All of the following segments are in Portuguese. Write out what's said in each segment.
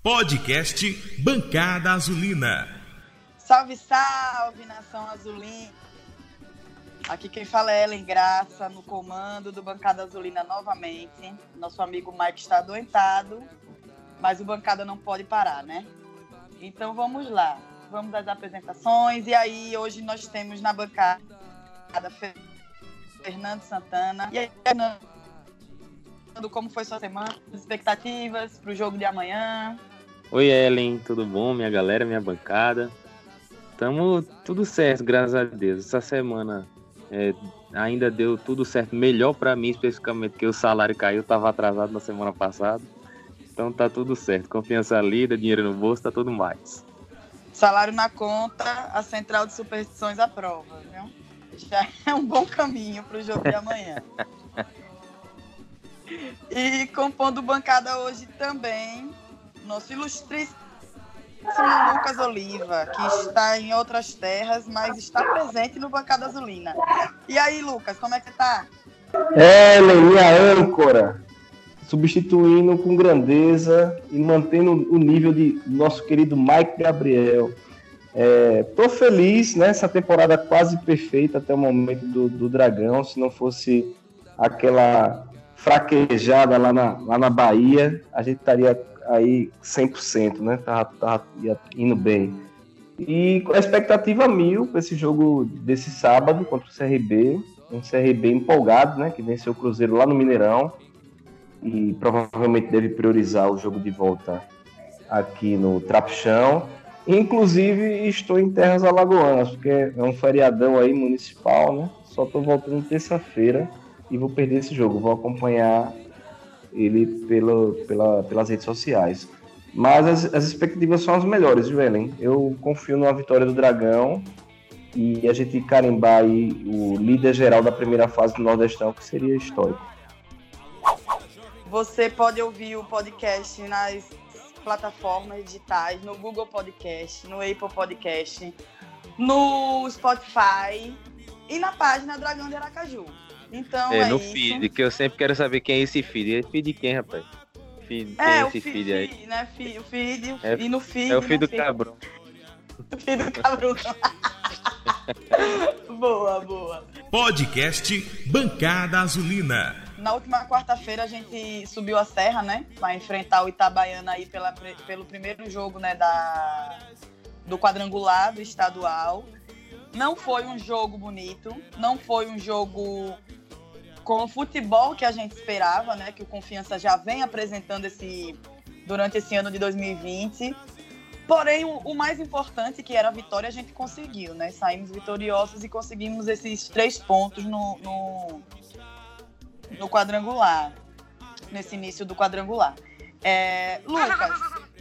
Podcast Bancada Azulina. Salve, salve, nação azulina. Aqui quem fala é Ellen Graça, no comando do Bancada Azulina novamente. Nosso amigo Mike está adoentado, mas o Bancada não pode parar, né? Então vamos lá, vamos às apresentações. E aí, hoje nós temos na bancada Fernando Santana. E aí, Fernando, como foi sua semana? Expectativas para o jogo de amanhã? Oi, Ellen, tudo bom? Minha galera, minha bancada. Tamo tudo certo, graças a Deus. Essa semana ainda deu tudo certo, melhor pra mim especificamente, porque o salário caiu, tava atrasado na semana passada. Então tá tudo certo, confiança lida, dinheiro no bolso, tá tudo mais. Salário na conta, a central de superstições aprova, viu? Já é um bom caminho pro jogo de amanhã. E compondo bancada hoje também, nosso ilustríssimo Lucas Oliva, que está em outras terras, mas está presente no Bancada Azulina. E aí, Lucas, como é que você tá? Ellen, minha âncora, substituindo com grandeza e mantendo o nível de nosso querido Mike Gabriel. Tô feliz, né? Essa temporada quase perfeita até o momento do Dragão. Se não fosse aquela fraquejada lá na Bahia, a gente estaria aí 100%, né? Tava indo bem. E com a expectativa 1000 para esse jogo desse sábado contra o CRB. Um CRB empolgado, né? Que venceu o Cruzeiro lá no Mineirão. E provavelmente deve priorizar o jogo de volta aqui no Trapichão. Inclusive, estou em terras alagoanas, porque é um feriadão aí municipal, né? Só estou voltando terça-feira e vou perder esse jogo. Vou acompanhar ele pelas redes sociais. Mas as expectativas são as melhores, viu, Ellen? Eu confio numa vitória do Dragão e a gente carimbar aí o líder geral da primeira fase do Nordestão, que seria histórico. Você pode ouvir o podcast nas plataformas digitais, no Google Podcast, no Apple Podcast, no Spotify e na página Dragão de Aracaju. Então no isso. Feed, que eu sempre quero saber quem é esse feed. É feed de quem, rapaz? Quem é esse feed aí? Né? O feed, e no feed. É o feed do Cabrão. O feed do Cabrão. Boa. Podcast Bancada Azulina. Na última quarta-feira a gente subiu a serra, né? Para enfrentar o Itabaiana aí pelo primeiro jogo, né? Do quadrangular do estadual. Não foi um jogo bonito, não foi um jogo com o futebol que a gente esperava, né? Que o Confiança já vem apresentando durante esse ano de 2020. Porém, o mais importante, que era a vitória, a gente conseguiu, né? Saímos vitoriosos e conseguimos esses 3 pontos no quadrangular, nesse início do quadrangular. Lucas,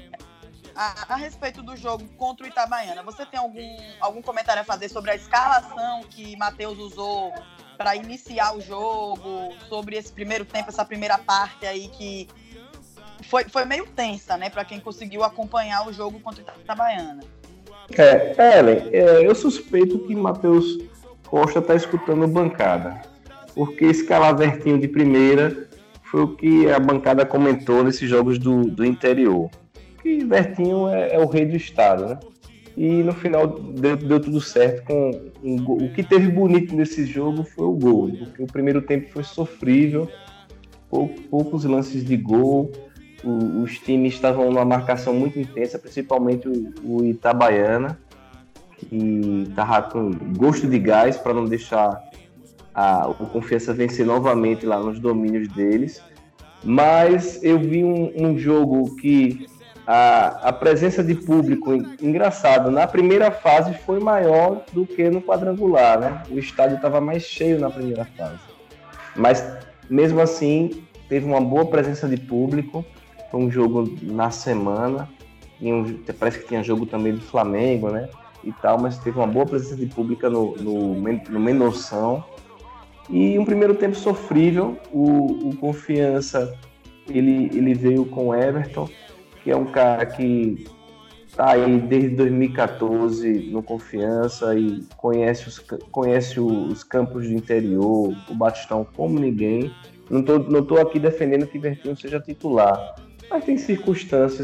a respeito do jogo contra o Itabaiana, você tem algum comentário a fazer sobre a escalação que Matheus usou para iniciar o jogo, sobre esse primeiro tempo, essa primeira parte aí que foi meio tensa, né, para quem conseguiu acompanhar o jogo contra o Itabaiana? Ellen, eu suspeito que Matheus Costa está escutando bancada, porque escalar Vertinho de primeira foi o que a bancada comentou nesses jogos do interior. Que Vertinho é o rei do estado, né? E no final deu tudo certo com um gol. O que teve bonito nesse jogo foi o gol, porque o primeiro tempo foi sofrível, poucos lances de gol, os times estavam numa marcação muito intensa, principalmente o Itabaiana, que estava com gosto de gás para não deixar o Confiança vencer novamente lá nos domínios deles. Mas eu vi um jogo que a presença de público, engraçado, na primeira fase foi maior do que no quadrangular, né? O estádio estava mais cheio na primeira fase. Mas, mesmo assim, teve uma boa presença de público. Foi um jogo na semana. Parece que tinha jogo também do Flamengo, né? E tal, mas teve uma boa presença de público no Mendonção. E um primeiro tempo sofrível. O Confiança, ele veio com o Everton, que é um cara que está aí desde 2014 no Confiança e conhece os campos do interior, o Batistão como ninguém. Não tô aqui defendendo que Vertinho seja titular, mas tem circunstâncias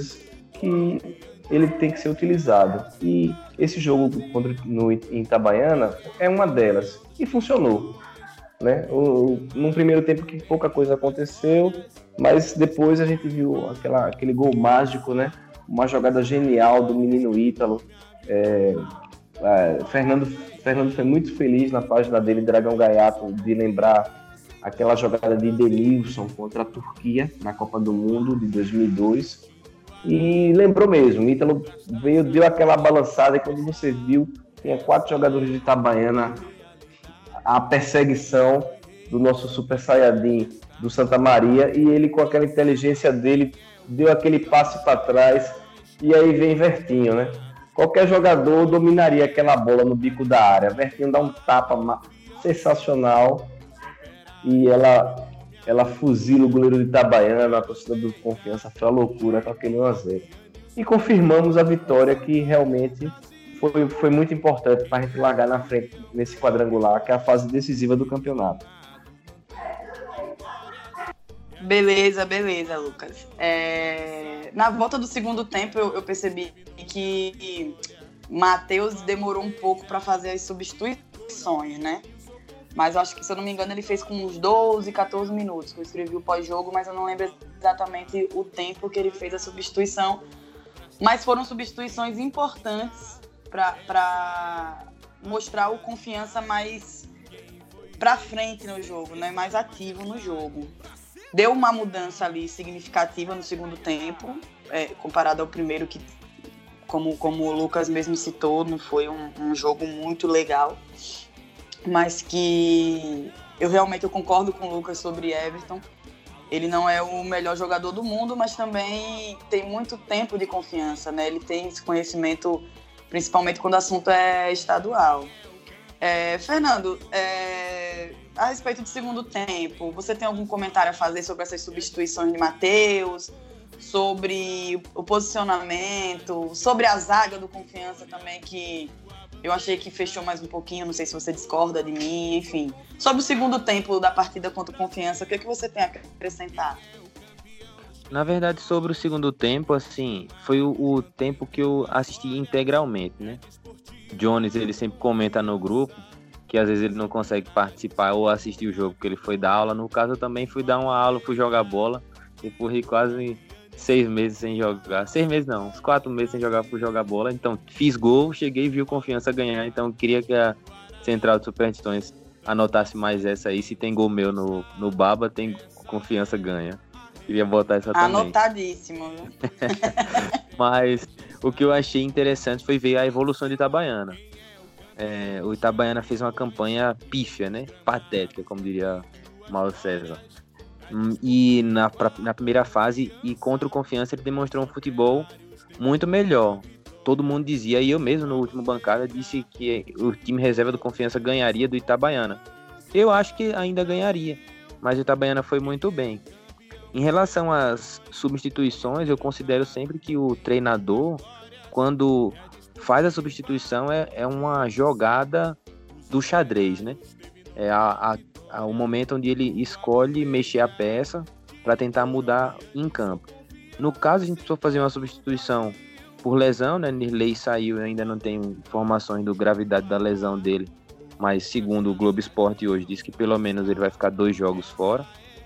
que ele tem que ser utilizado. E esse jogo em Itabaiana é uma delas. E funcionou. Né? Num primeiro tempo que pouca coisa aconteceu, mas depois a gente viu aquele gol mágico, né? Uma jogada genial do menino Ítalo. Fernando foi muito feliz na página dele, Dragão Gaiato, de lembrar aquela jogada de Denilson contra a Turquia na Copa do Mundo de 2002. E lembrou mesmo, Ítalo deu aquela balançada e quando você viu, tinha 4 jogadores de Itabaiana, a perseguição do nosso Super Saiyajin do Santa Maria, e ele com aquela inteligência dele deu aquele passe para trás, e aí vem Vertinho, né? Qualquer jogador dominaria aquela bola no bico da área. Vertinho dá um tapa sensacional e ela fuzila o goleiro de Itabaiana, a torcida do Confiança foi uma loucura com aquele 1-0. E confirmamos a vitória que realmente foi muito importante para a gente largar na frente nesse quadrangular, que é a fase decisiva do campeonato. Beleza, Lucas. Na volta do segundo tempo, eu percebi que Matheus demorou um pouco para fazer as substituições, né? Mas acho que, se eu não me engano, ele fez com uns 12, 14 minutos, que eu escrevi o pós-jogo, mas eu não lembro exatamente o tempo que ele fez a substituição. Mas foram substituições importantes para mostrar o Confiança mais para frente no jogo, né? Mais ativo no jogo. Deu uma mudança ali significativa no segundo tempo, comparado ao primeiro, que, como o Lucas mesmo citou, não foi um jogo muito legal, mas que eu concordo com o Lucas sobre Everton. Ele não é o melhor jogador do mundo, mas também tem muito tempo de Confiança, né? Ele tem esse conhecimento, principalmente quando o assunto é estadual. Fernando, a respeito do segundo tempo, você tem algum comentário a fazer sobre essas substituições de Matheus, sobre o posicionamento, sobre a zaga do Confiança também, que eu achei que fechou mais um pouquinho, não sei se você discorda de mim, enfim. Sobre o segundo tempo da partida contra o Confiança, o que você tem a acrescentar? Na verdade, sobre o segundo tempo, assim, foi o tempo que eu assisti integralmente, né? Jones, ele sempre comenta no grupo que às vezes ele não consegue participar ou assistir o jogo porque ele foi dar aula. No caso, eu também fui dar uma aula, fui jogar bola, depois de quase 6 meses sem jogar. 6 meses não, uns 4 meses sem jogar, fui jogar bola. Então, fiz gol, cheguei e vi o Confiança ganhar. Então, eu queria que a Central de Super Titões anotasse mais essa aí. Se tem gol meu no Baba, tem Confiança ganha. Queria botar essa também. Anotadíssimo. Mas o que eu achei interessante foi ver a evolução de Itabaiana. O Itabaiana fez uma campanha pífia, né? Patética, como diria Mauro César. E na primeira fase, e contra o Confiança, ele demonstrou um futebol muito melhor. Todo mundo dizia, e eu mesmo no último bancada disse que o time reserva do Confiança ganharia do Itabaiana. Eu acho que ainda ganharia, mas o Itabaiana foi muito bem. Em relação às substituições, eu considero sempre que o treinador, quando faz a substituição, é uma jogada do xadrez, né? É o momento onde ele escolhe mexer a peça para tentar mudar em campo. No caso, a gente precisou fazer uma substituição por lesão, né? Nirley saiu, ainda não tem informações da gravidade da lesão dele, mas segundo o Globo Esporte hoje, diz que pelo menos ele vai ficar 2 jogos fora.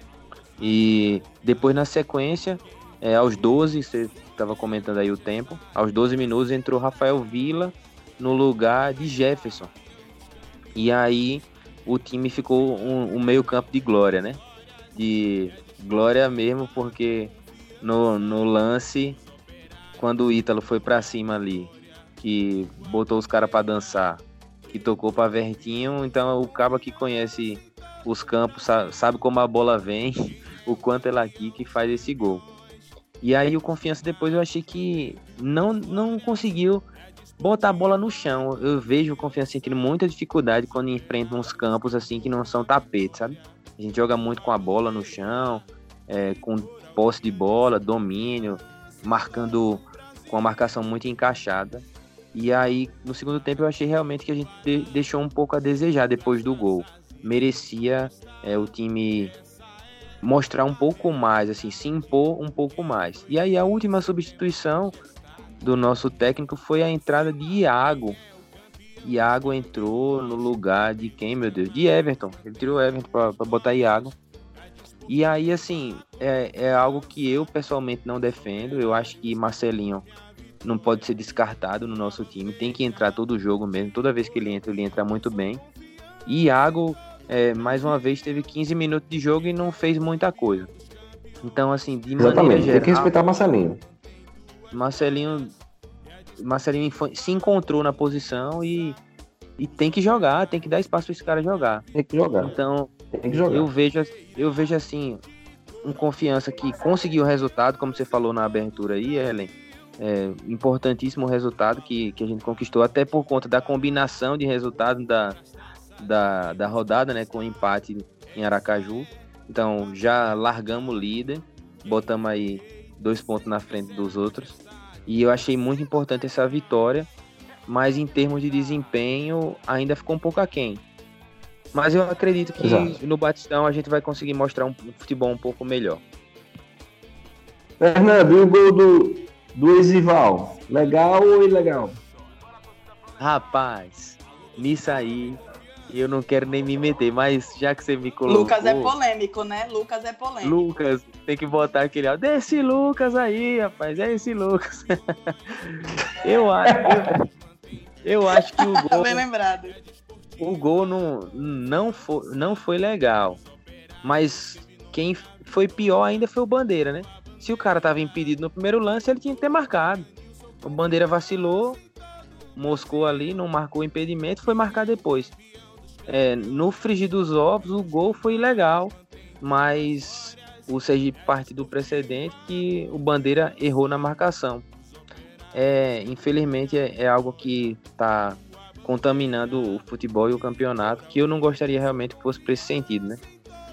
E depois, na sequência, aos 12, você estava comentando aí o tempo, aos 12 minutos entrou Rafael Villa no lugar de Jefferson. E aí o time ficou um meio campo de glória, né? De glória mesmo, porque no lance, quando o Ítalo foi pra cima ali, que botou os caras pra dançar, que tocou pra Vertinho, então o cabo que conhece os campos sabe como a bola vem, o quanto ela aqui que faz esse gol. E aí o Confiança depois eu achei que não conseguiu botar a bola no chão. Eu vejo o Confiança sentindo muita dificuldade quando enfrenta uns campos assim que não são tapetes, sabe? A gente joga muito com a bola no chão, com posse de bola, domínio, marcando com a marcação muito encaixada. E aí no segundo tempo eu achei realmente que a gente deixou um pouco a desejar depois do gol. Merecia o time mostrar um pouco mais, assim, se impor um pouco mais. E aí a última substituição do nosso técnico foi a entrada de Iago. Iago entrou no lugar de quem, meu Deus? De Everton. Ele tirou o Everton para botar Iago. E aí, assim, é algo que eu pessoalmente não defendo. Eu acho que Marcelinho não pode ser descartado no nosso time. Tem que entrar todo jogo mesmo. Toda vez que ele entra muito bem. E Iago, mais uma vez, teve 15 minutos de jogo e não fez muita coisa. Então, assim, de maneira geral... Tem que respeitar Marcelinho. Marcelinho se encontrou na posição e tem que jogar, tem que dar espaço para esse cara jogar. Tem que jogar. Então, tem que jogar. eu vejo assim, um Confiança que conseguiu o resultado, como você falou na abertura aí, Ellen. Importantíssimo resultado que a gente conquistou, até por conta da combinação de resultados da rodada, né, com o empate em Aracaju. Então, já largamos o líder, botamos aí 2 pontos na frente dos outros. E eu achei muito importante essa vitória, mas em termos de desempenho ainda ficou um pouco aquém. Mas eu acredito que no Batistão a gente vai conseguir mostrar um futebol um pouco melhor. Fernando, e o gol do Exival? Legal ou ilegal? Rapaz, nisso aí eu não quero nem me meter, mas já que você me colocou... Lucas é polêmico, né? Lucas é polêmico. Lucas, tem que botar aquele... Desse Lucas aí, rapaz, é esse Lucas. Eu acho que o gol... Bem lembrado. O gol não foi legal, mas quem foi pior ainda foi o Bandeira, né? Se o cara tava impedido no primeiro lance, ele tinha que ter marcado. O Bandeira vacilou, moscou ali, não marcou o impedimento, foi marcar depois. No frigir dos ovos, o gol foi legal, mas o Sergipe parte do precedente que o Bandeira errou na marcação. Infelizmente é algo que está contaminando o futebol e o campeonato, que eu não gostaria realmente que fosse para esse sentido, né?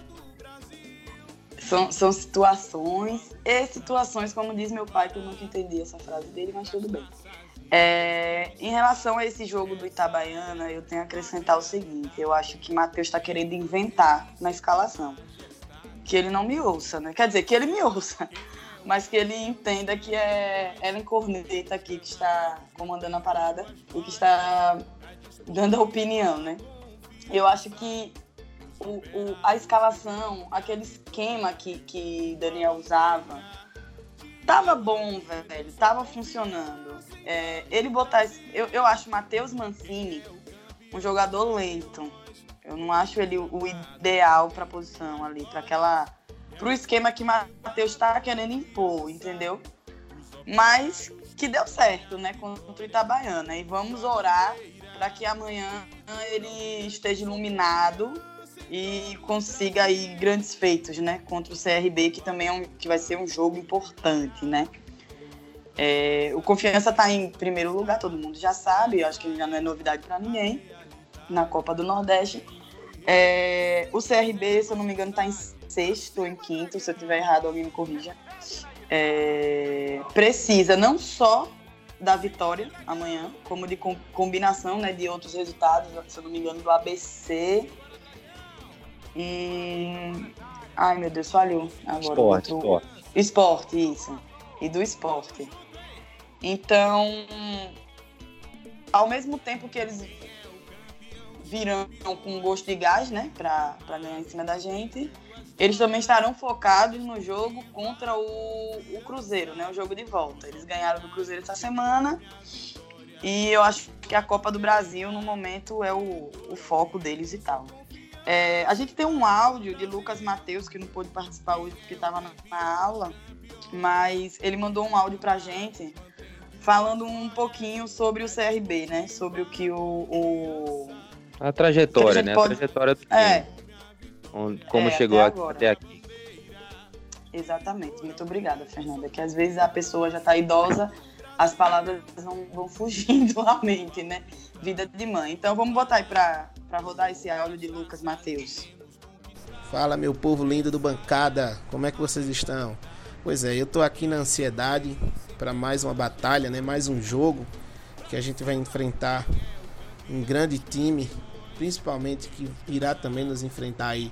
São situações e situações, como diz meu pai, que eu nunca entendi essa frase dele, mas tudo bem. Em relação a esse jogo do Itabaiana, eu tenho a acrescentar o seguinte: eu acho que Matheus está querendo inventar na escalação. Que ele não me ouça, né? Quer dizer, que ele me ouça, mas que ele entenda que é Ellen Corneta aqui que está comandando a parada e que está dando a opinião, né? Eu acho que a escalação, aquele esquema que Daniel usava, tava bom, velho, tava funcionando. Ele botar... Eu acho Matheus Mancini um jogador lento. Eu não acho ele o ideal para a posição ali, pro esquema que Matheus tá querendo impor, entendeu? Mas que deu certo, né, contra o Itabaiana. E vamos orar para que amanhã ele esteja iluminado e consiga aí grandes feitos, né, contra o CRB, que também que vai ser um jogo importante, né? O Confiança tá em primeiro lugar, todo mundo já sabe, eu acho que já não é novidade para ninguém, na Copa do Nordeste. O CRB, se eu não me engano, tá em sexto ou em quinto, se eu estiver errado, alguém me corrija. Precisa não só da vitória amanhã, como de combinação, né, de outros resultados, se eu não me engano, do ABC e... Ai, meu Deus, falhou agora. Esporte, isso. E do Esporte. Então, ao mesmo tempo que eles virão com gosto de gás, né, pra ganhar em cima da gente, eles também estarão focados no jogo contra o Cruzeiro, né, o jogo de volta. Eles ganharam do Cruzeiro essa semana e eu acho que a Copa do Brasil, no momento, é o foco deles e tal. A gente tem um áudio de Lucas Matheus, que não pôde participar hoje porque estava na aula, mas ele mandou um áudio pra gente falando um pouquinho sobre o CRB, né, sobre o que a trajetória, né? Pode... A trajetória do time. Como chegou até aqui. Exatamente. Muito obrigada, Fernanda. Que às vezes a pessoa já está idosa, as palavras vão fugindo à mente, né? Vida de mãe. Então vamos botar aí para rodar esse áudio de Lucas Matheus. Fala, meu povo lindo do Bancada. Como é que vocês estão? Pois é, eu tô aqui na ansiedade para mais uma batalha, né? Mais um jogo que a gente vai enfrentar um grande time, principalmente que irá também nos enfrentar aí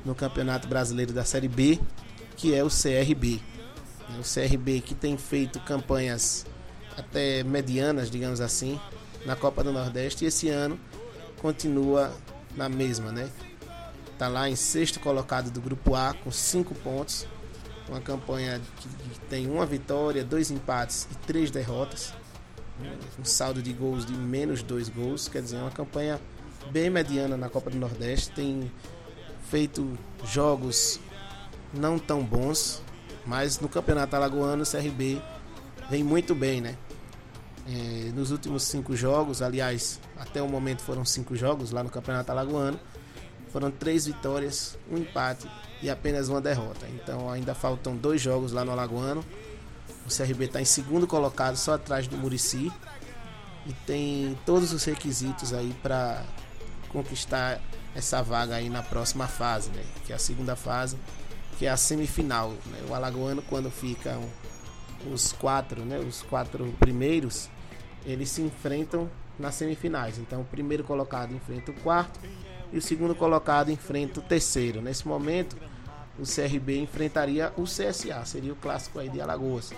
no Campeonato Brasileiro da Série B, que é o CRB. O CRB que tem feito campanhas até medianas, digamos assim, na Copa do Nordeste, e esse ano continua na mesma, né? Tá lá em sexto colocado do Grupo A com 5 pontos, uma campanha que tem 1 vitória, 2 empates e 3 derrotas, um saldo de gols de menos 2 gols, quer dizer, uma campanha bem mediana na Copa do Nordeste. Tem feito jogos não tão bons, mas no Campeonato Alagoano o CRB vem muito bem, né? Nos últimos 5 jogos, aliás, até o momento foram 5 jogos lá no Campeonato Alagoano, foram 3 vitórias, 1 empate e apenas 1 derrota. Então ainda faltam 2 jogos lá no Alagoano. O CRB está em segundo colocado, só atrás do Muricy, e tem todos os requisitos aí para conquistar essa vaga aí na próxima fase, né? Que é a segunda fase, que é a semifinal, né? O Alagoano, quando ficam os 4 primeiros, eles se enfrentam nas semifinais. Então o primeiro colocado enfrenta o quarto e o segundo colocado enfrenta o terceiro. Nesse momento o CRB enfrentaria o CSA, seria o clássico aí de Alagoas.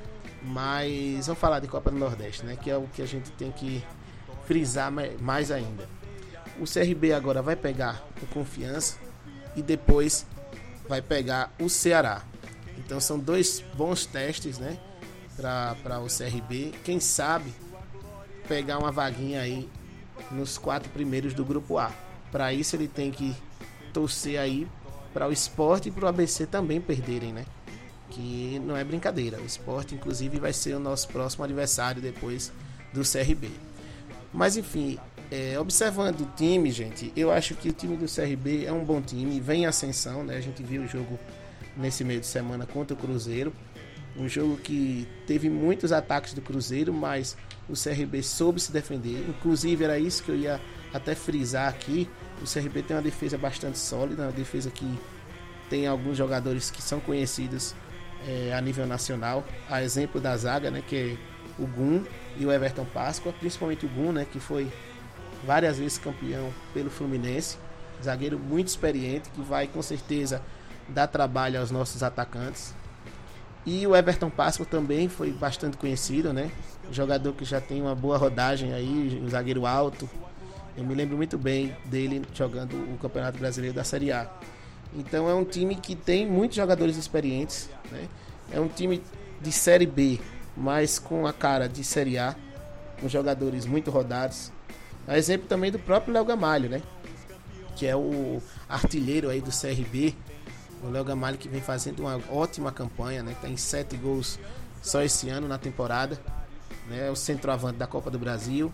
Mas vamos falar de Copa do Nordeste, né? Que é o que a gente tem que frisar mais ainda. O CRB agora vai pegar o Confiança e depois vai pegar o Ceará. Então são 2 bons testes, né, para o CRB. Quem sabe pegar uma vaguinha aí nos 4 primeiros do Grupo A. Para isso ele tem que torcer aí para o Sport e para o ABC também perderem, né? Que não é brincadeira. O Sport, inclusive, vai ser o nosso próximo adversário depois do CRB. Mas enfim, observando o time, gente, eu acho que o time do CRB é um bom time, vem em ascensão, né? A gente viu o jogo nesse meio de semana contra o Cruzeiro, um jogo que teve muitos ataques do Cruzeiro, mas o CRB soube se defender. Inclusive era isso que eu ia até frisar aqui. O CRB tem uma defesa bastante sólida, uma defesa que tem alguns jogadores que são conhecidos a nível nacional, a exemplo da zaga, né, que é o Gum e o Everton Páscoa, principalmente o Gum, né, que foi várias vezes campeão pelo Fluminense, zagueiro muito experiente, que vai com certeza dar trabalho aos nossos atacantes. E o Everton Páscoa também foi bastante conhecido, né, jogador que já tem uma boa rodagem aí, um zagueiro alto. Eu me lembro muito bem dele jogando o Campeonato Brasileiro da Série A. Então é um time que tem muitos jogadores experientes, né? É um time de Série B, mas com a cara de Série A, com jogadores muito rodados. A exemplo também do próprio Léo Gamalho, né? Que é o artilheiro aí do CRB. O Léo Gamalho, que vem fazendo uma ótima campanha, né? Tem 7 gols só esse ano na temporada, né? É o centroavante da Copa do Brasil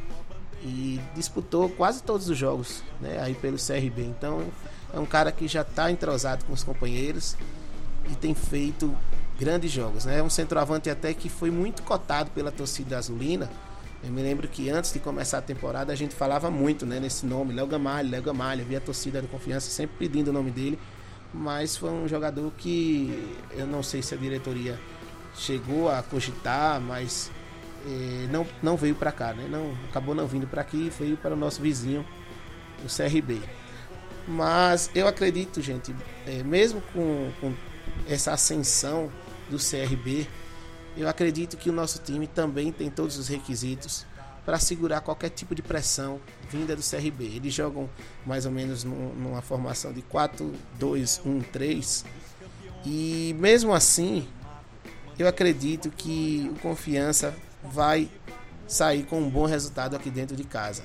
e disputou quase todos os jogos, né? Aí pelo CRB. Então é um cara que já está entrosado com os companheiros e tem feito grandes jogos, né? É um centroavante até que foi muito cotado pela torcida azulina. Eu me lembro que antes de começar a temporada a gente falava muito, né, nesse nome, Léo Gamalho. Havia a torcida do Confiança sempre pedindo o nome dele, mas foi um jogador que eu não sei se a diretoria chegou a cogitar, mas não veio para cá, né? Acabou não vindo para aqui, veio para o nosso vizinho, o CRB. Mas eu acredito, gente, mesmo com essa ascensão do CRB, eu acredito que o nosso time também tem todos os requisitos para segurar qualquer tipo de pressão vinda do CRB. Eles jogam mais ou menos numa formação de 4-2-1-3 e mesmo assim eu acredito que o Confiança vai sair com um bom resultado aqui dentro de casa.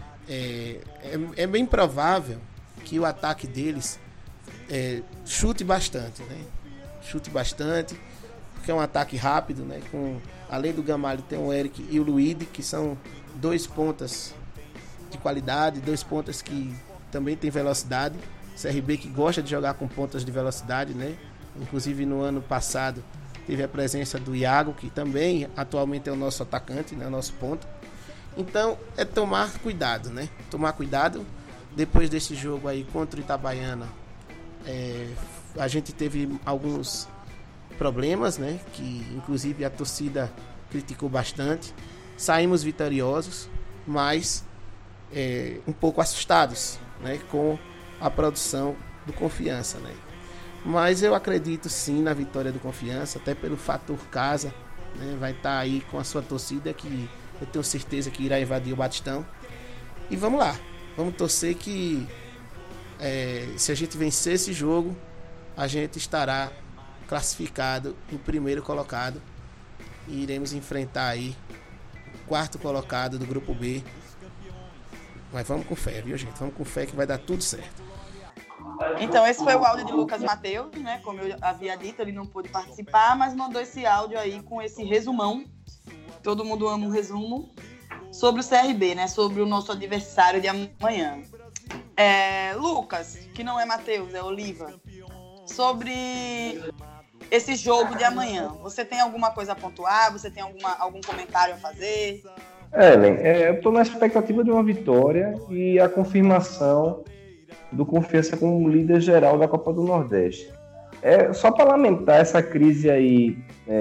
É bem provável que o ataque deles chute bastante, né? Chute bastante, porque é um ataque rápido, né? Além do Gamalho tem o Eric e o Luíde, que são 2 pontas de qualidade, 2 pontas que também tem velocidade. CRB que gosta de jogar com pontas de velocidade, né? Inclusive no ano passado teve a presença do Iago, que também atualmente é o nosso atacante, né? O nosso ponta. Então é tomar cuidado, né? Tomar cuidado. Depois desse jogo aí contra o Itabaiana, a gente teve alguns problemas, né? Que inclusive a torcida criticou bastante. Saímos vitoriosos, mas um pouco assustados, né? Com a produção do Confiança, né? Mas eu acredito sim na vitória do Confiança, até pelo fator casa, né? Vai estar aí com a sua torcida, que eu tenho certeza que irá invadir o Batistão. E vamos lá, vamos torcer que se a gente vencer esse jogo, a gente estará classificado em primeiro colocado e iremos enfrentar aí o quarto colocado do grupo B. Mas vamos com fé, viu, gente? Vamos com fé que vai dar tudo certo. Então, esse foi o áudio de Lucas Mateus, né? Como eu havia dito, ele não pôde participar, mas mandou esse áudio aí com esse resumão. Todo mundo ama um resumo sobre o CRB, né? Sobre o nosso adversário de amanhã. Lucas, que não é Mateus, é Oliva. Sobre esse jogo de amanhã, você tem alguma coisa a pontuar? Você tem algum comentário a fazer? Ellen, eu estou na expectativa de uma vitória e a confirmação do Confiança como líder geral da Copa do Nordeste. Só para lamentar essa crise aí,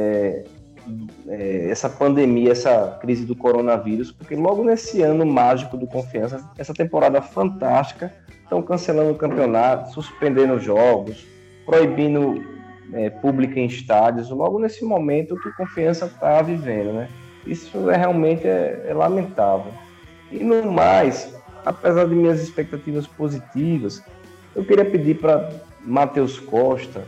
essa pandemia, essa crise do coronavírus, porque logo nesse ano mágico do Confiança, essa temporada fantástica, estão cancelando o campeonato, suspendendo jogos, proibindo público em estádios, logo nesse momento que o Confiança está vivendo, né? Isso realmente é lamentável. E no mais, apesar de minhas expectativas positivas, eu queria pedir para Matheus Costa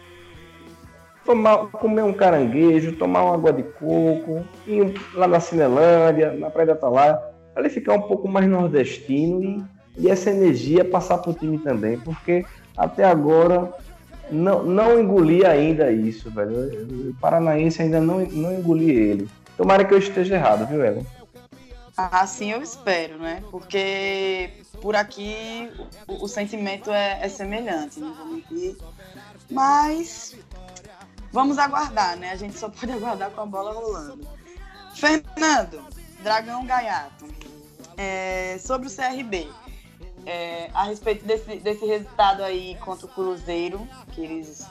comer um caranguejo, tomar uma água de coco, ir lá na Cinelândia, na Praia da Atalaia, para ele ficar um pouco mais nordestino e essa energia passar para o time também, porque até agora não engoli ainda isso, velho. O paranaense ainda não engoli ele. Tomara que eu esteja errado, viu, Ellen? Assim eu espero, né? Porque por aqui o sentimento é semelhante, não vou mentir. Mas vamos aguardar, né? A gente só pode aguardar com a bola rolando. Fernando, Dragão Gaiato, sobre o CRB, a respeito desse resultado aí contra o Cruzeiro, que eles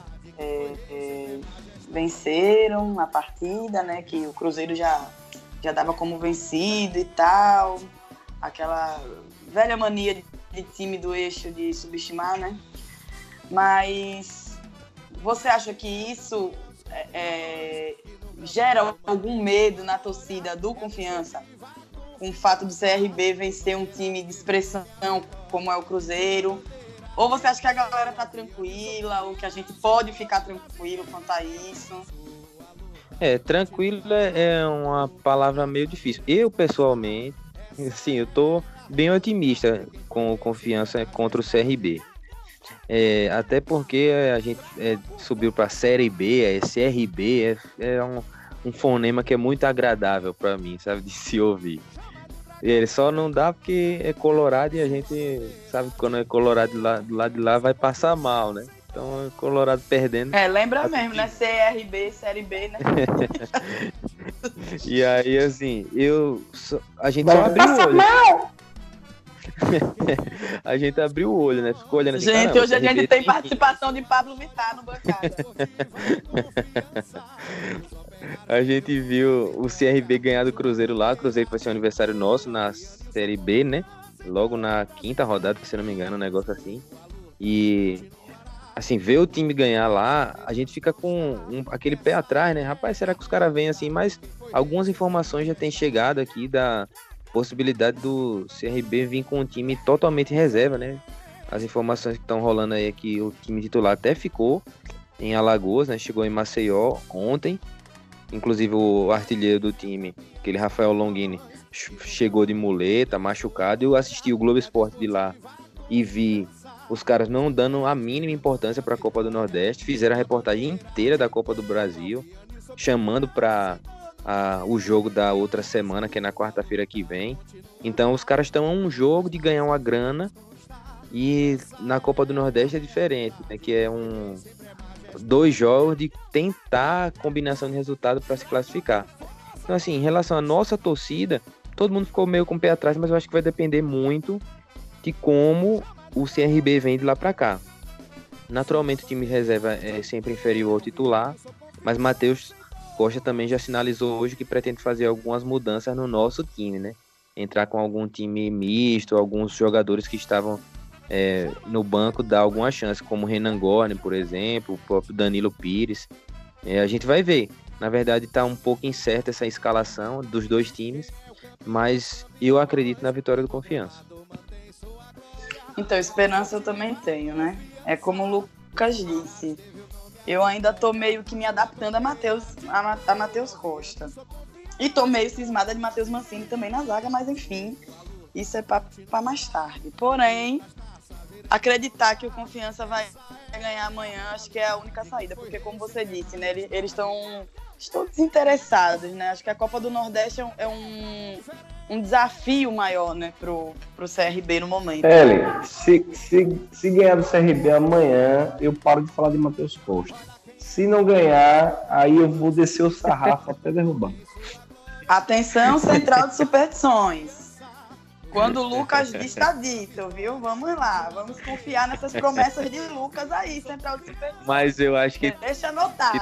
venceram a partida, né? Que o Cruzeiro já dava como vencido e tal, aquela velha mania de time do eixo de subestimar, né? Mas você acha que isso gera algum medo na torcida do Confiança, com o fato do CRB vencer um time de expressão como é o Cruzeiro? Ou você acha que a galera tá tranquila, ou que a gente pode ficar tranquilo quanto a isso? Tranquilo é uma palavra meio difícil. Eu, pessoalmente, sim, eu tô bem otimista com Confiança contra o CRB. Até porque a gente subiu para a Série B, CRB é um fonema que é muito agradável para mim, sabe, de se ouvir. Ele só não dá porque é colorado e a gente sabe que quando é colorado do lado de lá vai passar mal, né? Então, Colorado perdendo. Lembra mesmo, né? CRB, Série B, né? E aí, assim, a gente só abriu o olho. A gente abriu o olho, né? Ficou olhando assim. Gente, hoje a gente tem participação de Pablo Vittar no bancada. A gente viu o CRB ganhar do Cruzeiro lá. O Cruzeiro vai ser um aniversário nosso na Série B, né? Logo na 5ª rodada, se não me engano, um negócio assim. E assim, ver o time ganhar lá, a gente fica com aquele pé atrás, né? Rapaz, será que os caras vêm assim? Mas algumas informações já têm chegado aqui da possibilidade do CRB vir com um time totalmente reserva, né? As informações que estão rolando aí é que o time titular até ficou em Alagoas, né? Chegou em Maceió ontem. Inclusive o artilheiro do time, aquele Rafael Longini, chegou de muleta, machucado. Eu assisti o Globo Esporte de lá e vi os caras não dando a mínima importância para a Copa do Nordeste. Fizeram a reportagem inteira da Copa do Brasil, chamando para o jogo da outra semana, que é na quarta-feira que vem. Então os caras estão a um jogo de ganhar uma grana, e na Copa do Nordeste é diferente, né? Que é 2 jogos de tentar combinação de resultado para se classificar. Então, assim, em relação à nossa torcida, todo mundo ficou meio com o pé atrás, mas eu acho que vai depender muito de como o CRB vem de lá para cá. Naturalmente o time de reserva é sempre inferior ao titular, mas Matheus Costa também já sinalizou hoje que pretende fazer algumas mudanças no nosso time, né? Entrar com algum time misto, alguns jogadores que estavam no banco dar alguma chance, como o Renan Gordon, por exemplo, o próprio Danilo Pires. A gente vai ver. Na verdade, está um pouco incerta essa escalação dos dois times, mas eu acredito na vitória do Confiança. Então, esperança eu também tenho, né? É como o Lucas disse. Eu ainda tô meio que me adaptando a Matheus Costa. E tô meio cismada de Matheus Mancini também na zaga, mas enfim, isso é para mais tarde. Porém, acreditar que o Confiança vai ganhar amanhã, acho que é a única saída, porque como você disse, né, eles estão desinteressados, né? Acho que a Copa do Nordeste é um desafio maior, né, pro CRB no momento. Ellen, se ganhar do CRB amanhã, eu paro de falar de Matheus Costa. Se não ganhar, aí eu vou descer o sarrafo até derrubar. Atenção, Central de Superstições. Quando o Lucas diz, está dito, viu? Vamos lá, vamos confiar nessas promessas de Lucas aí, Central de Superstições. Mas eu acho que deixa anotado.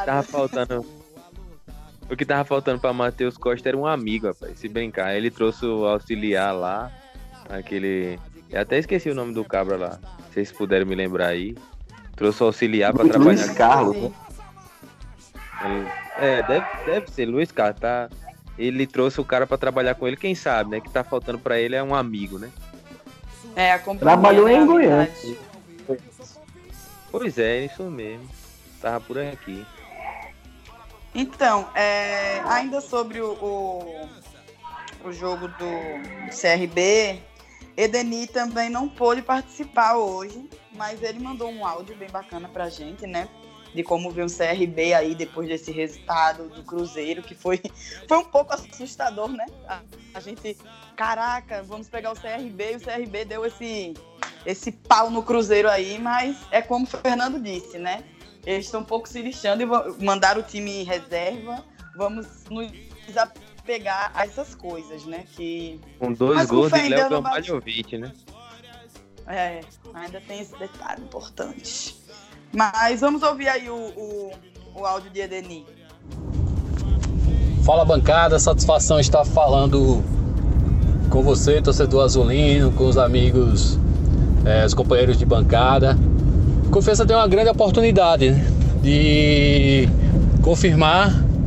O que tava faltando para Matheus Costa era um amigo, rapaz. Se brincar, ele trouxe o auxiliar lá, aquele... Eu até esqueci o nome do cabra lá. Se vocês puderem me lembrar aí. Trouxe o auxiliar para trabalhar. Luiz Carlos, né? Deve ser Luiz Carlos, tá? Ele trouxe o cara para trabalhar com ele, quem sabe, né? Que tá faltando para ele é um amigo, né? A companhia. Trabalhou em Goiânia. Pois é, isso mesmo. Tava por aqui. Então, ainda sobre o jogo do CRB, Edeni também não pôde participar hoje, mas ele mandou um áudio bem bacana pra gente, né? De como ver o CRB aí depois desse resultado do Cruzeiro, que foi um pouco assustador, né? A gente, caraca, vamos pegar o CRB, e o CRB deu esse pau no Cruzeiro aí, mas é como o Fernando disse, né? Eles estão um pouco se lixando e mandaram o time em reserva. Vamos nos apegar a essas coisas, né? Com 2 gols de Léo Campalhovic, né? Ainda tem esse detalhe importante. Mas vamos ouvir aí o áudio de Edeni. Fala, bancada, satisfação estar falando com você, torcedor azulino, com os amigos, os companheiros de bancada. Confiança tem uma grande oportunidade, né, de confirmar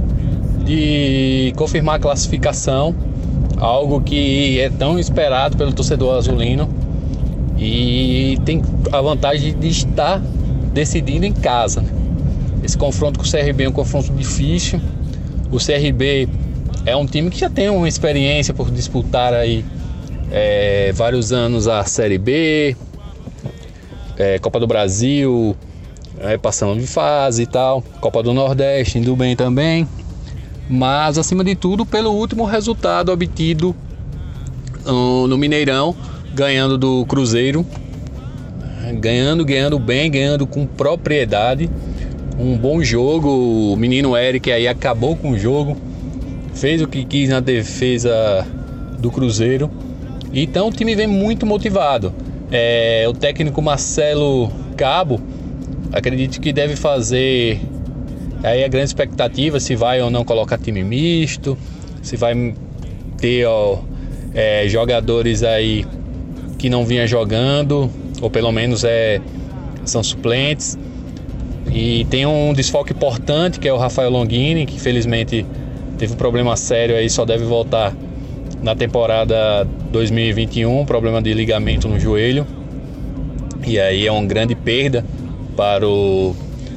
a classificação, algo que é tão esperado pelo torcedor azulino, e tem a vantagem de estar decidindo em casa. Esse confronto com o CRB é um confronto difícil. O CRB é um time que já tem uma experiência por disputar aí vários anos a Série B, Copa do Brasil, passando de fase e tal, Copa do Nordeste indo bem também, mas acima de tudo pelo último resultado obtido no Mineirão, ganhando do Cruzeiro, ganhando bem, ganhando com propriedade, um bom jogo. O menino Eric aí acabou com o jogo, fez o que quis na defesa do Cruzeiro, então o time vem muito motivado. O técnico Marcelo Cabo, acredito que deve fazer aí a grande expectativa, se vai ou não colocar time misto, se vai ter jogadores aí que não vinha jogando, ou pelo menos são suplentes. E tem um desfalque importante, que é o Rafael Longini, que infelizmente teve um problema sério aí, só deve voltar na temporada 2021, problema de ligamento no joelho, e aí é uma grande perda para o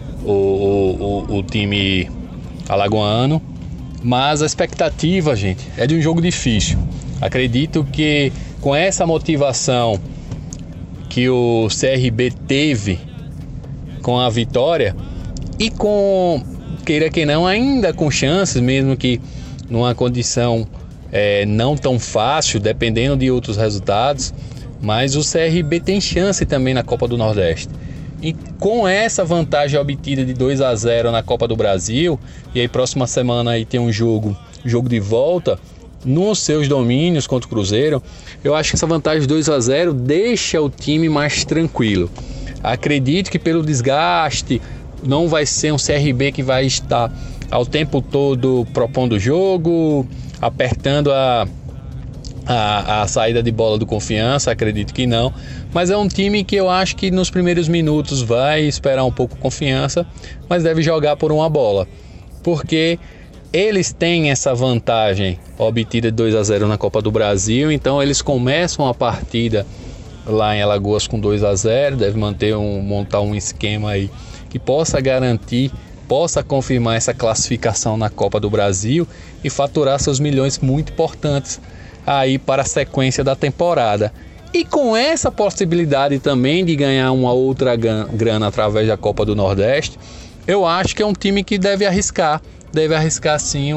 time alagoano. Mas a expectativa, gente, é de um jogo difícil. Acredito que com essa motivação que o CRB teve com a vitória, e com, queira que não, ainda com chances, mesmo que numa condição não tão fácil, dependendo de outros resultados, mas o CRB tem chance também na Copa do Nordeste. E com essa vantagem obtida de 2-0 na Copa do Brasil, e aí próxima semana aí tem um jogo de volta nos seus domínios contra o Cruzeiro, eu acho que essa vantagem de 2-0 deixa o time mais tranquilo. Acredito que pelo desgaste não vai ser um CRB que vai estar ao tempo todo propondo o jogo, apertando a saída de bola do Confiança, acredito que não, mas é um time que eu acho que nos primeiros minutos vai esperar um pouco Confiança, mas deve jogar por uma bola, porque eles têm essa vantagem obtida de 2-0 na Copa do Brasil, então eles começam a partida lá em Alagoas com 2-0, deve montar um esquema aí que possa garantir, possa confirmar essa classificação na Copa do Brasil e faturar seus milhões muito importantes aí para a sequência da temporada. E com essa possibilidade também de ganhar uma outra grana através da Copa do Nordeste, eu acho que é um time que deve arriscar sim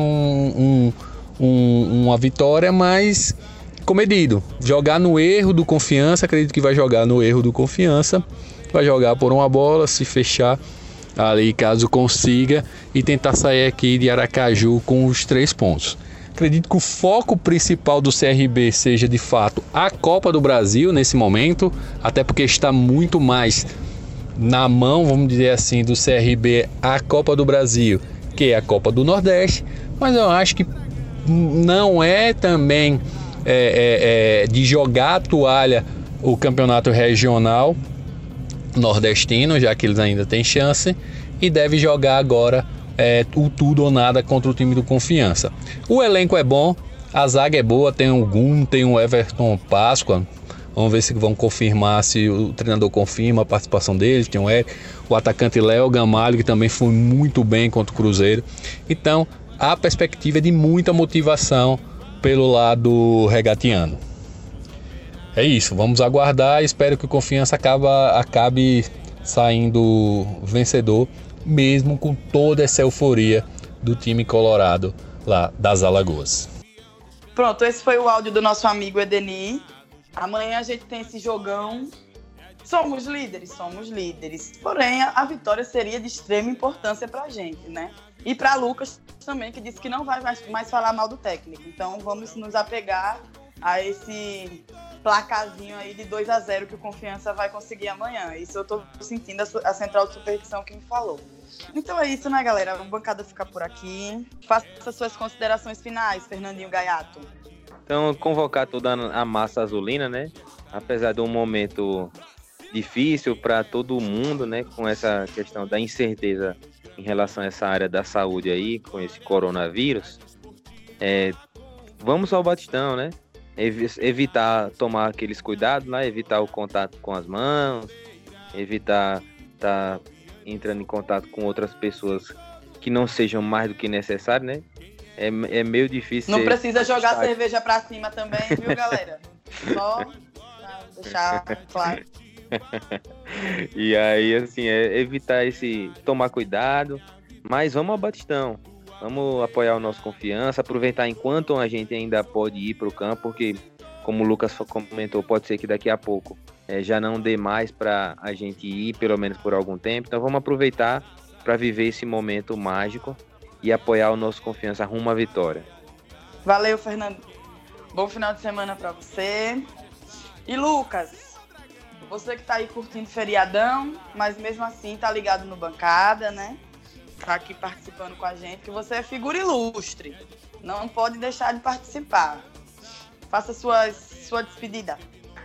uma vitória, mas comedido. Jogar no erro do Confiança, acredito que vai jogar no erro do Confiança, vai jogar por uma bola, se fechar ali caso consiga e tentar sair aqui de Aracaju com os 3 pontos. Acredito que o foco principal do CRB seja de fato a Copa do Brasil nesse momento, até porque está muito mais na mão, vamos dizer assim, do CRB a Copa do Brasil que a Copa do Nordeste, mas eu acho que não é também de jogar a toalha o campeonato regional nordestino, já que eles ainda têm chance, e deve jogar agora o tudo ou nada contra o time do Confiança. O elenco é bom, a zaga é boa, tem o Gum, tem o Everton Páscoa, vamos ver se vão confirmar, se o treinador confirma a participação deles, tem o atacante Léo Gamalho, que também foi muito bem contra o Cruzeiro. Então, a perspectiva é de muita motivação pelo lado regatiano. É isso, vamos aguardar, espero que o Confiança acabe saindo vencedor, mesmo com toda essa euforia do time colorado lá das Alagoas. Pronto, esse foi o áudio do nosso amigo Edeni. Amanhã a gente tem esse jogão. Somos líderes. Porém, a vitória seria de extrema importância pra gente, né? E pra Lucas também, que disse que não vai mais falar mal do técnico. Então, vamos nos apegar a esse placazinho aí de 2-0 que o Confiança vai conseguir amanhã. Isso eu tô sentindo a central de supervisão que me falou. Então é isso, né, galera? A bancada fica por aqui. Faça suas considerações finais, Fernandinho Gaiato. Então, convocar toda a massa azulina, né? Apesar de um momento difícil para todo mundo, né? Com essa questão da incerteza em relação a essa área da saúde aí, com esse coronavírus. Vamos ao Batistão, né? Evitar tomar aqueles cuidados lá, evitar o contato com as mãos, evitar estar entrando em contato com outras pessoas que não sejam mais do que necessário, né? É meio difícil. Não precisa jogar cerveja pra cima também, viu, galera? Só pra deixar claro. E aí, assim, evitar tomar cuidado, mas vamos ao Batistão. Vamos apoiar o nosso Confiança, aproveitar enquanto a gente ainda pode ir para o campo, porque, como o Lucas comentou, pode ser que daqui a pouco já não dê mais para a gente ir, pelo menos por algum tempo. Então vamos aproveitar para viver esse momento mágico e apoiar o nosso Confiança rumo à vitória. Valeu, Fernando. Bom final de semana para você. E Lucas, você que tá aí curtindo feriadão, mas mesmo assim tá ligado no Bancada, né? Tá aqui participando com a gente, que você é figura ilustre. Não pode deixar de participar. Faça sua despedida.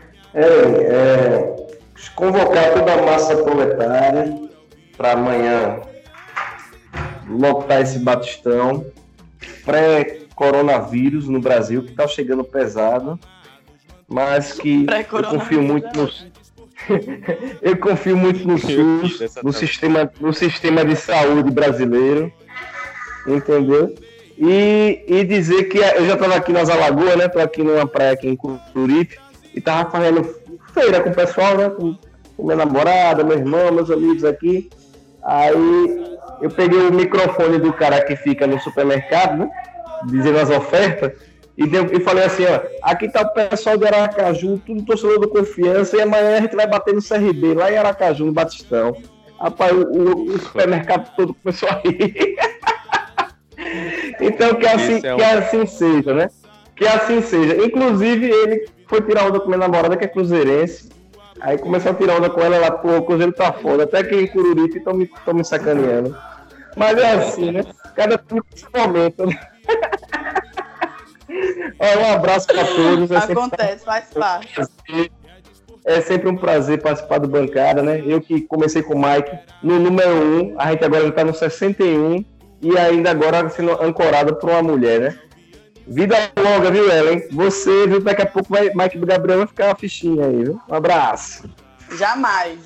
Convocar toda a massa proletária para amanhã lotar esse Batistão pré-coronavírus no Brasil, que está chegando pesado, mas que eu confio muito eu confio muito no SUS, no sistema de saúde brasileiro, entendeu? E dizer que eu já estava aqui nas Alagoas, né? Estou aqui numa praia aqui em Curitiba e estava fazendo feira com o pessoal, né? Com minha namorada, meu irmão, meus amigos aqui. Aí eu peguei o microfone do cara que fica no supermercado, né? Dizendo as ofertas. E falei assim, ó, aqui tá o pessoal de Aracaju, tudo torcedor do Confiança, e amanhã a gente vai bater no CRB, lá em Aracaju, no Batistão. Rapaz, o supermercado todo começou a rir. Então, que assim seja, né? Que assim seja. Inclusive, ele foi tirar onda com minha namorada, que é cruzeirense. Aí começou a tirar onda com ela lá, pô, o Cruzeiro tá foda. Até que em Cururipe estão me sacaneando. Mas é assim, né? Cada time com seu momento, né? Olha, um abraço para todos. Acontece, faz parte. É sempre um prazer participar do Bancada, né? Eu que comecei com o Mike no número 1, a gente agora já está no 61 e ainda agora sendo ancorado por uma mulher, né? Vida longa, viu, Ellen? Você, viu, daqui a pouco Mike Gabriel vai ficar uma fichinha aí, viu? Um abraço. Jamais.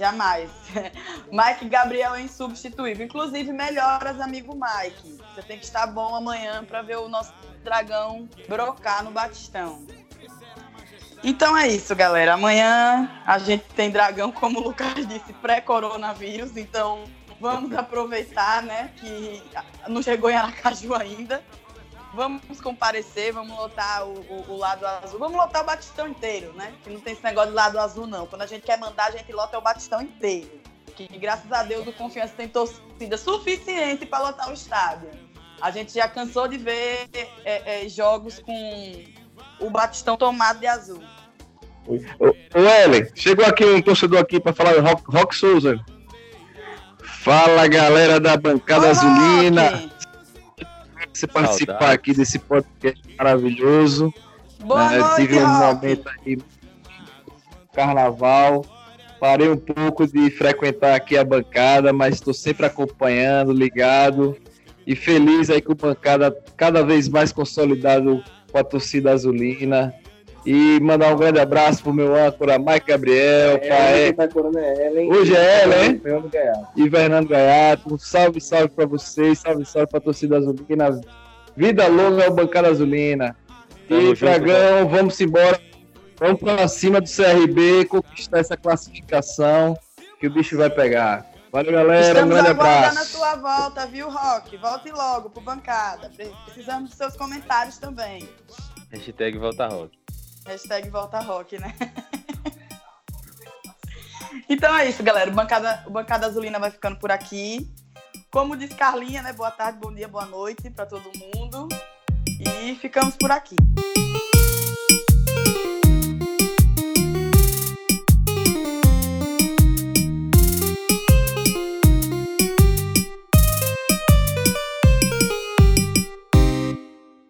Mike Gabriel é insubstituível. Inclusive, melhoras, amigo Mike. Você tem que estar bom amanhã para ver o nosso dragão brocar no Batistão. Então é isso, galera. Amanhã a gente tem dragão, como o Lucas disse, pré-coronavírus. Então vamos aproveitar, né, que não chegou em Aracaju ainda. Vamos comparecer, vamos lotar o lado azul. Vamos lotar o Batistão inteiro, né? Que não tem esse negócio de lado azul, não. Quando a gente quer mandar, a gente lota o Batistão inteiro. Que graças a Deus o Confiança tem torcida suficiente para lotar o estádio. A gente já cansou de ver jogos com o Batistão tomado de azul. Ô Ellen, chegou aqui um torcedor aqui para falar do Rock Souza. Fala, galera da Bancada Azulina. Você participar aqui desse podcast maravilhoso. Boa noite, tive um Rock. momento aí no carnaval. Parei um pouco de frequentar aqui a bancada, mas estou sempre acompanhando, ligado e feliz aí com a bancada cada vez mais consolidado com a torcida azulina. E mandar um grande abraço pro meu âncora Mike Gabriel, hoje é Ellen, e Fernando Gaiato. Salve para vocês, salve para a torcida azulina. Vida longa ao Bancada Azulina. E Dragão, vamos embora. Vamos para cima do CRB, conquistar essa classificação que o bicho vai pegar. Valeu, galera. Estamos um grande abraço. aguardando a tua volta, viu, Rock? Volte logo pro Bancada. Precisamos dos seus comentários também. Hashtag Volta Rock. Hashtag Volta Rock, né? Então é isso, galera. O Bancada Azulina vai ficando por aqui. Como diz Carlinha, né? Boa tarde, bom dia, boa noite para todo mundo. E ficamos por aqui.